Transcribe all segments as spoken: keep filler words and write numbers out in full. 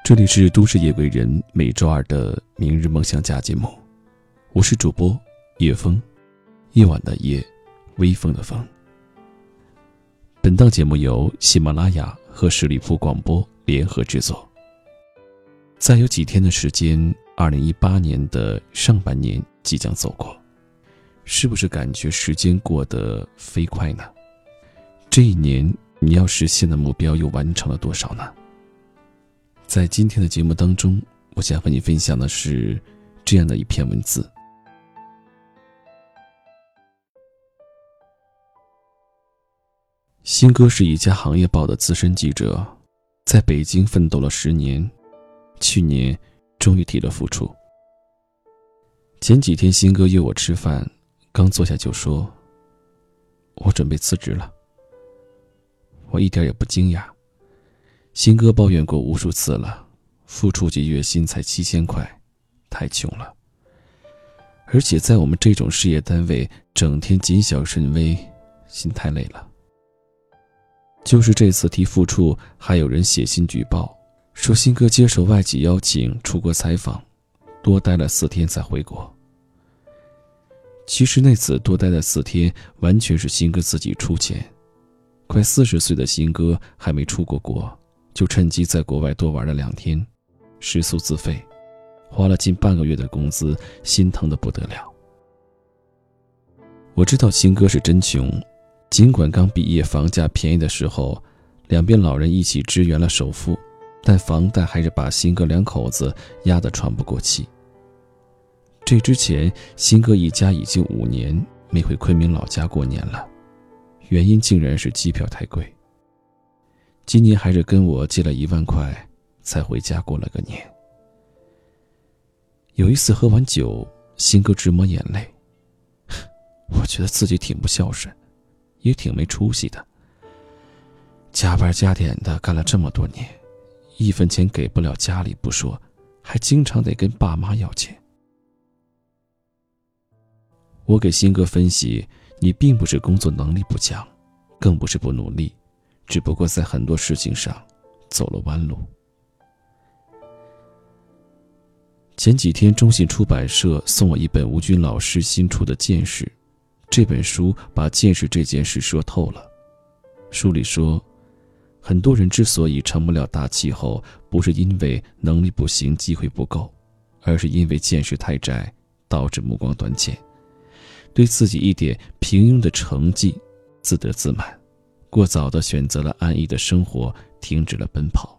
这里是都市夜归人每周二的明日梦想家节目，我是主播叶风，夜晚的夜，微风的风。本档节目由喜马拉雅和十里铺广播联合制作。再有几天的时间，二零一八年的上半年即将走过，是不是感觉时间过得飞快呢？这一年你要实现的目标又完成了多少呢？在今天的节目当中，我想和你分享的是这样的一篇文字。新哥是一家行业报的资深记者，在北京奋斗了十年，去年终于提了复出。前几天新哥约我吃饭，刚坐下就说我准备辞职了。我一点也不惊讶，新哥抱怨过无数次了，副处级月薪才七千块，太穷了。而且在我们这种事业单位，整天谨小慎微，心太累了。就是这次提复处，还有人写信举报，说新哥接受外企邀请出国采访，多待了四天才回国。其实那次多待了四天，完全是新哥自己出钱。快四十岁的新哥还没出过国，就趁机在国外多玩了两天，食宿自费，花了近半个月的工资，心疼得不得了。我知道新哥是真穷，尽管刚毕业房价便宜的时候，两边老人一起支援了首付，但房贷还是把新哥两口子压得喘不过气。这之前，新哥一家已经五年没回昆明老家过年了，原因竟然是机票太贵。今年还是跟我借了一万块才回家过了个年。有一次喝完酒，新哥直抹眼泪，我觉得自己挺不孝顺，也挺没出息的。加班加点的干了这么多年，一分钱给不了家里不说，还经常得跟爸妈要钱。我给新哥分析，你并不是工作能力不强，更不是不努力，只不过在很多事情上走了弯路。前几天中信出版社送我一本吴军老师新出的《见识》，这本书把见识这件事说透了。书里说，很多人之所以成不了大气候，不是因为能力不行，机会不够，而是因为见识太窄，导致目光短浅，对自己一点平庸的成绩自得自满，过早地选择了安逸的生活，停止了奔跑。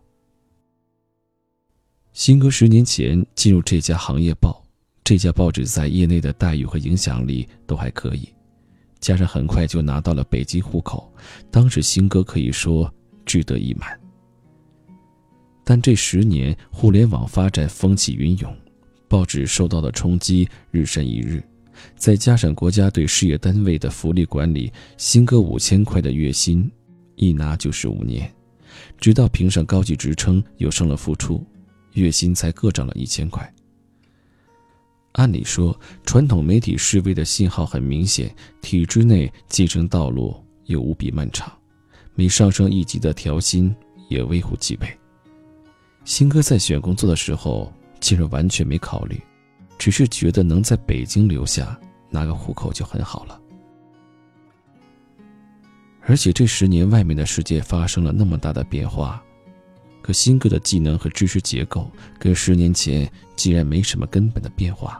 新哥十年前进入这家行业报，这家报纸在业内的待遇和影响力都还可以，加上很快就拿到了北京户口，当时新哥可以说志得意满。但这十年互联网发展风起云涌，报纸受到的冲击日甚一日，再加上国家对事业单位的福利管理，新哥五千块的月薪一拿就是五年，直到评上高级职称又升了副处，月薪才各涨了一千块。按理说，传统媒体示威的信号很明显，体制内晋升道路又无比漫长，每上升一级的调薪也微乎其微。新哥在选工作的时候竟然完全没考虑，只是觉得能在北京留下，拿个户口就很好了。而且这十年外面的世界发生了那么大的变化，可新哥的技能和知识结构跟十年前竟然没什么根本的变化。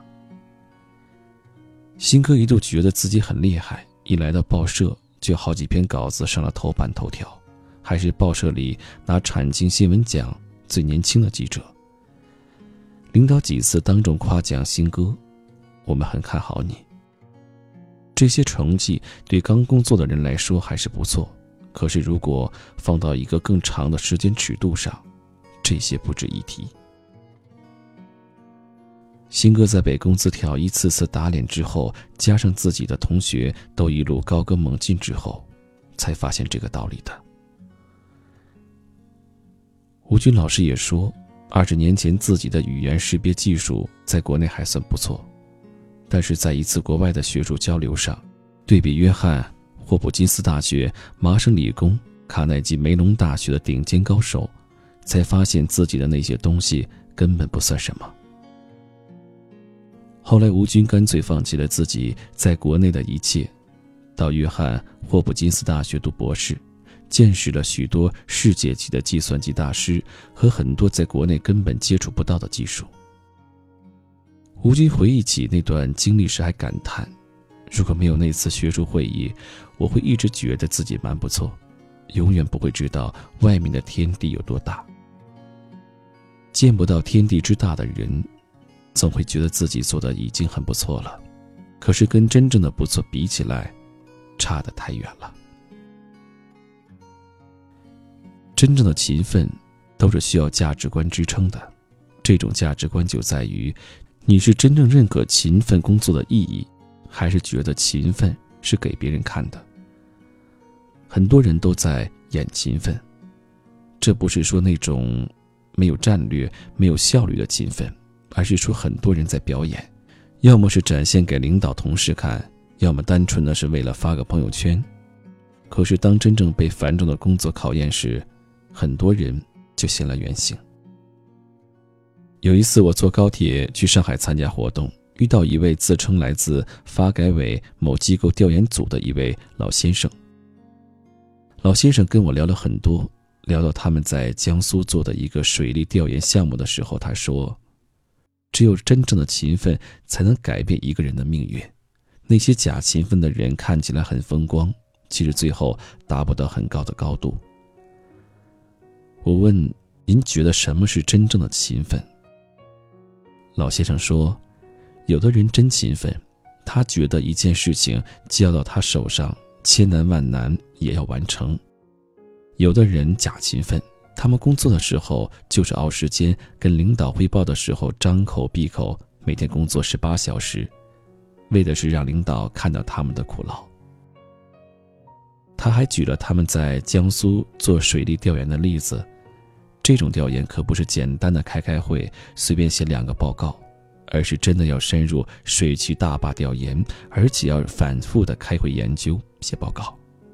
新哥一度觉得自己很厉害，一来到报社就好几篇稿子上了头版头条，还是报社里拿产经新闻奖最年轻的记者。领导几次当众夸奖新哥，我们很看好你。这些成绩对刚工作的人来说还是不错，可是如果放到一个更长的时间尺度上，这些不值一提。新哥在被工资条一次次打脸之后，加上自己的同学都一路高歌猛进之后，才发现这个道理的。吴军老师也说，二十年前自己的语言识别技术在国内还算不错，但是在一次国外的学术交流上，对比约翰霍普金斯大学、麻省理工、卡耐基梅隆大学的顶尖高手， 才发现自己的那些东西根本不算什么。后来吴军干脆放弃了自己在国内的一切，到约翰霍普金斯大学读博士，见识了许多世界级的计算机大师和很多在国内根本接触不到的技术。吴军回忆起那段经历时还感叹，如果没有那次学术会议，我会一直觉得自己蛮不错，永远不会知道外面的天地有多大。见不到天地之大的人，总会觉得自己做的已经很不错了，可是跟真正的不错比起来，差得太远了。真正的勤奋都是需要价值观支撑的，这种价值观就在于你是真正认可勤奋工作的意义，还是觉得勤奋是给别人看的。很多人都在演勤奋，这不是说那种没有战略没有效率的勤奋，而是说很多人在表演，要么是展现给领导同事看，要么单纯的是为了发个朋友圈。可是当真正被繁重的工作考验时，很多人就现了原形。有一次我坐高铁去上海参加活动，遇到一位自称来自发改委某机构调研组的一位老先生。老先生跟我聊了很多，聊到他们在江苏做的一个水利调研项目的时候，他说，只有真正的勤奋才能改变一个人的命运。那些假勤奋的人看起来很风光，其实最后达不到很高的高度。我问，您觉得什么是真正的勤奋？老先生说，有的人真勤奋，他觉得一件事情交到他手上，千难万难也要完成。有的人假勤奋，他们工作的时候就是熬时间，跟领导汇报的时候张口闭口，每天工作十八小时，为的是让领导看到他们的苦劳。他还举了他们在江苏做水利调研的例子，这种调研可不是简单的开开会，随便写两个报告，而是真的要深入水渠大坝调研，而且要反复的开会研究写报告。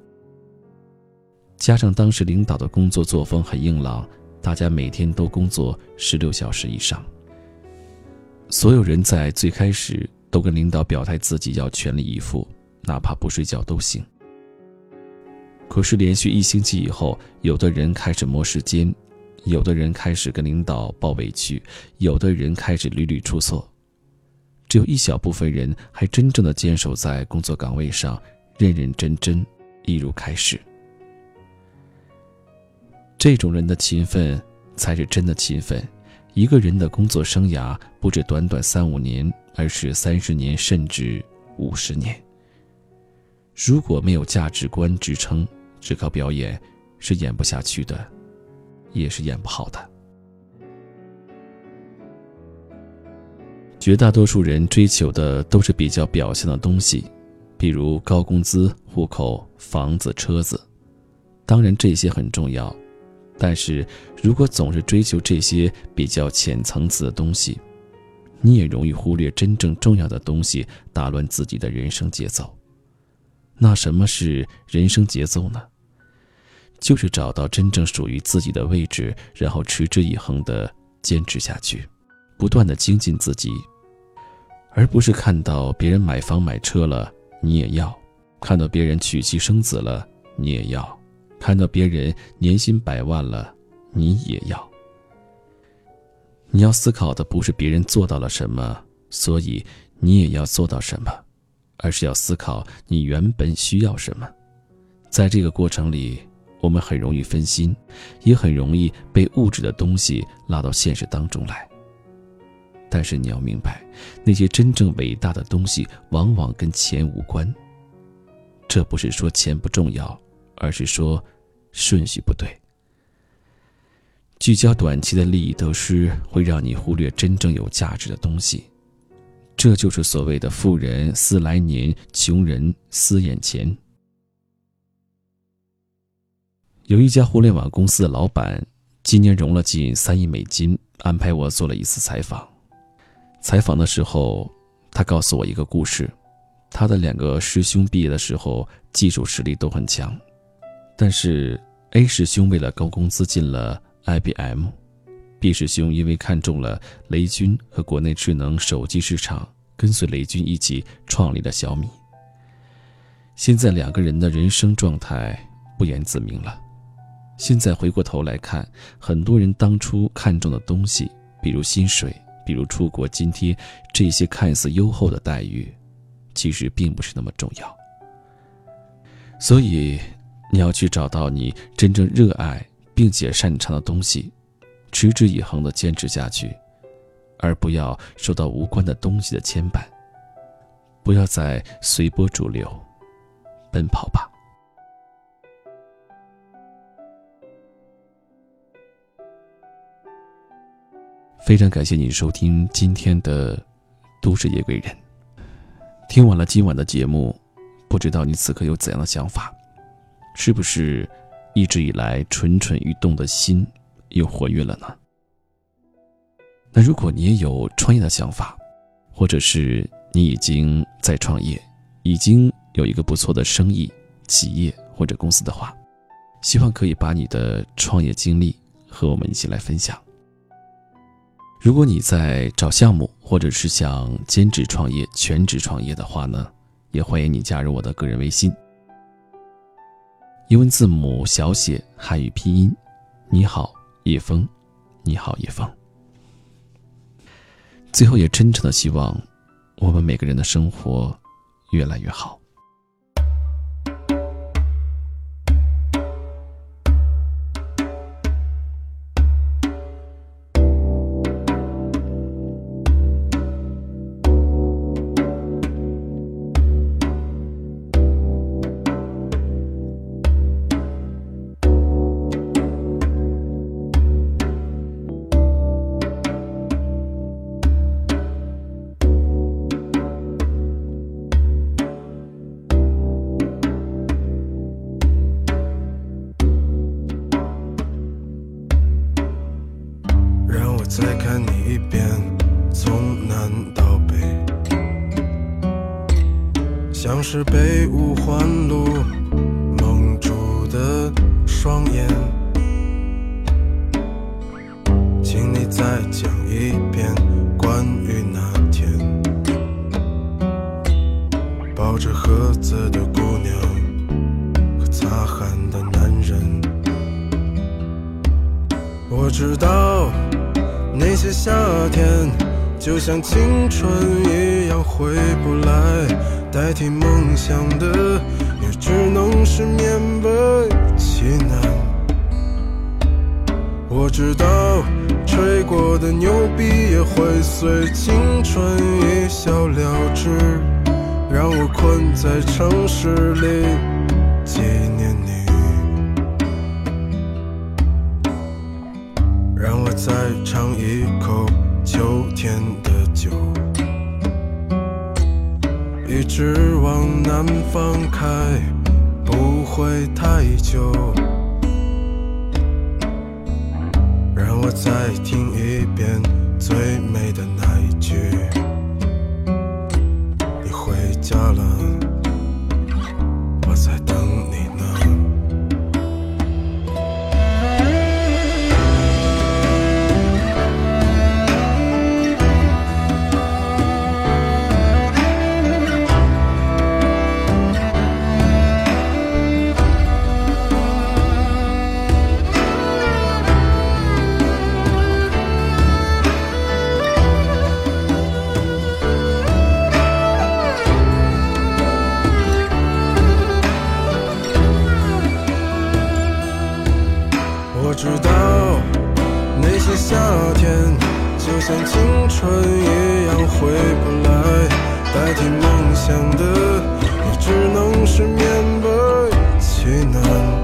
加上当时领导的工作作风很硬朗，大家每天都工作十六小时以上，所有人在最开始都跟领导表态自己要全力以赴，哪怕不睡觉都行。可是连续一星期以后，有的人开始磨时间，有的人开始跟领导抱委屈，有的人开始屡屡出错，只有一小部分人还真正的坚守在工作岗位上，认认真真，一如开始。这种人的勤奋才是真的勤奋。一个人的工作生涯不止短短三五年，而是三十年甚至五十年。如果没有价值观支撑，只靠表演是演不下去的，也是演不好的。绝大多数人追求的都是比较表象的东西，比如高工资、户口、房子、车子。当然这些很重要，但是如果总是追求这些比较浅层次的东西，你也容易忽略真正重要的东西，打乱自己的人生节奏。那什么是人生节奏呢？就是找到真正属于自己的位置，然后持之以恒地坚持下去，不断地精进自己，而不是看到别人买房买车了你也要，看到别人娶妻生子了你也要，看到别人年薪百万了你也要。你要思考的不是别人做到了什么，所以你也要做到什么，而是要思考你原本需要什么。在这个过程里，我们很容易分心，也很容易被物质的东西拉到现实当中来。但是你要明白，那些真正伟大的东西往往跟钱无关。这不是说钱不重要，而是说顺序不对。聚焦短期的利益得失，会让你忽略真正有价值的东西。这就是所谓的富人思来年，穷人思眼前。有一家互联网公司的老板今年融了近三亿美金，安排我做了一次采访。采访的时候，他告诉我一个故事。他的两个师兄毕业的时候技术实力都很强，但是 A 师兄为了高工资进了 I B M， 毕氏兄因为看中了雷军和国内智能手机市场，跟随雷军一起创立了小米。现在两个人的人生状态不言自明了。现在回过头来看，很多人当初看中的东西，比如薪水，比如出国津贴，这些看似优厚的待遇，其实并不是那么重要。所以你要去找到你真正热爱并且擅长的东西，持之以恒地坚持下去，而不要受到无关的东西的牵绊，不要再随波逐流，奔跑吧。非常感谢你收听今天的都市夜归人。听完了今晚的节目，不知道你此刻有怎样的想法？是不是一直以来蠢蠢欲动的心又活跃了呢？那如果你也有创业的想法，或者是你已经在创业，已经有一个不错的生意、企业或者公司的话，希望可以把你的创业经历和我们一起来分享。如果你在找项目，或者是想兼职创业、全职创业的话呢，也欢迎你加入我的个人微信，英文字母小写，汉语拼音，你好叶枫，你好叶枫。最后也真诚的希望我们每个人的生活越来越好。 再看你一遍，从南到北，像是被五环路蒙住的双眼。请你再讲一遍关于那天抱着盒子的姑娘和擦汗的男人。我知道那些夏天就像青春一样回不来，代替梦想的也只能是勉为其难。我知道吹过的牛逼也会随青春一笑了之，让我困在城市里纪念你。让我再尝一口秋天的酒，一直往南方开，不会太久。让我再听一遍最美的那一句，你回家了，我在等你呢。我知道那些夏天就像青春一样回不来，代替梦想的也只能是勉为其难。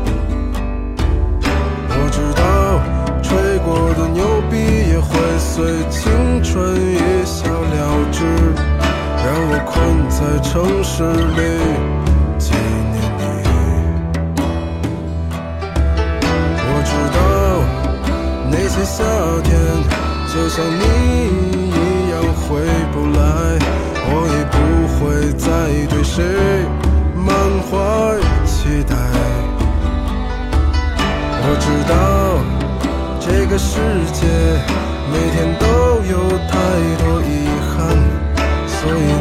我知道吹过的牛逼也会随青春一笑了之，让我困在城市里纪念你。那些夏天就像你一样回不来，我也不会再对谁满怀期待。我知道这个世界每天都有太多遗憾，所以